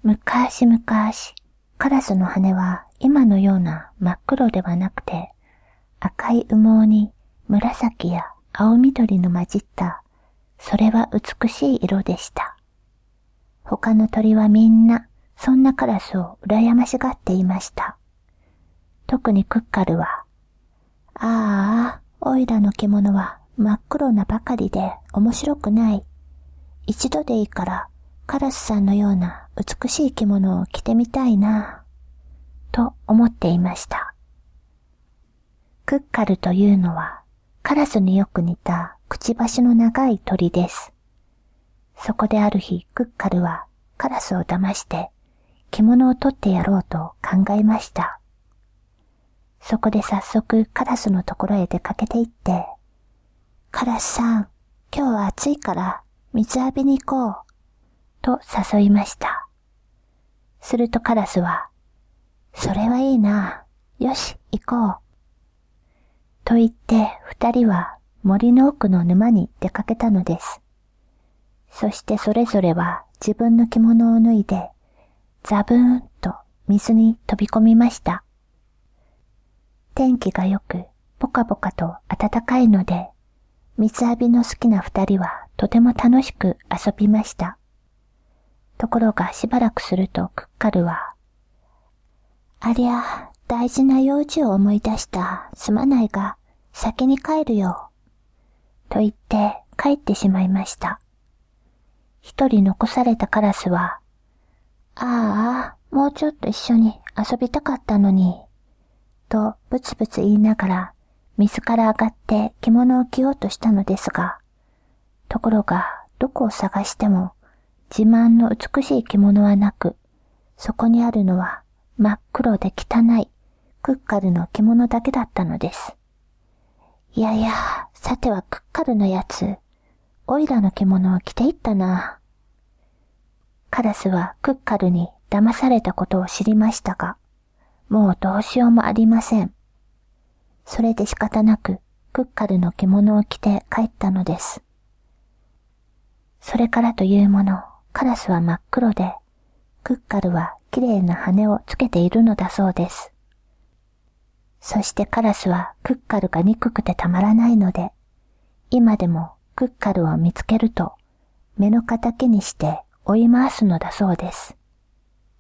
昔々、カラスの羽は今のような真っ黒ではなくて、赤い羽毛に紫や青緑の混じった、それは美しい色でした。他の鳥はみんな、そんなカラスを羨ましがっていました。特にクッカルは、ああ、おいらの着物は真っ黒なばかりで面白くない。一度でいいからカラスさんのような美しい着物を着てみたいな、と思っていました。クッカルというのはカラスによく似たくちばしの長い鳥です。そこである日クッカルはカラスを騙して着物を取ってやろうと考えました。そこで早速カラスのところへ出かけて行って、カラスさん、今日は暑いから水浴びに行こう、と誘いました。するとカラスは、それはいいな、よし、行こう。と言って二人は森の奥の沼に出かけたのです。そしてそれぞれは自分の着物を脱いで、ザブーンと水に飛び込みました。天気が良く、ポカポカと暖かいので、水浴びの好きな二人はとても楽しく遊びました。ところがしばらくするとクッカルは、ありゃ、大事な用事を思い出した。すまないが、先に帰るよ。と言って帰ってしまいました。一人残されたカラスは、ああ、もうちょっと一緒に遊びたかったのに、とブツブツ言いながら水から上がって着物を着ようとしたのですが、ところがどこを探しても自慢の美しい着物はなく、そこにあるのは真っ黒で汚いクッカルの着物だけだったのです。いやいや、さてはクッカルのやつ、オイラの着物を着ていったな。カラスはクッカルに騙されたことを知りましたが、もうどうしようもありません。それで仕方なくクッカルの着物を着て帰ったのです。それからというもの、カラスは真っ黒で、クッカルはきれいな羽をつけているのだそうです。そしてカラスはクッカルが憎くてたまらないので、今でもクッカルを見つけると目の敵にして追い回すのだそうです。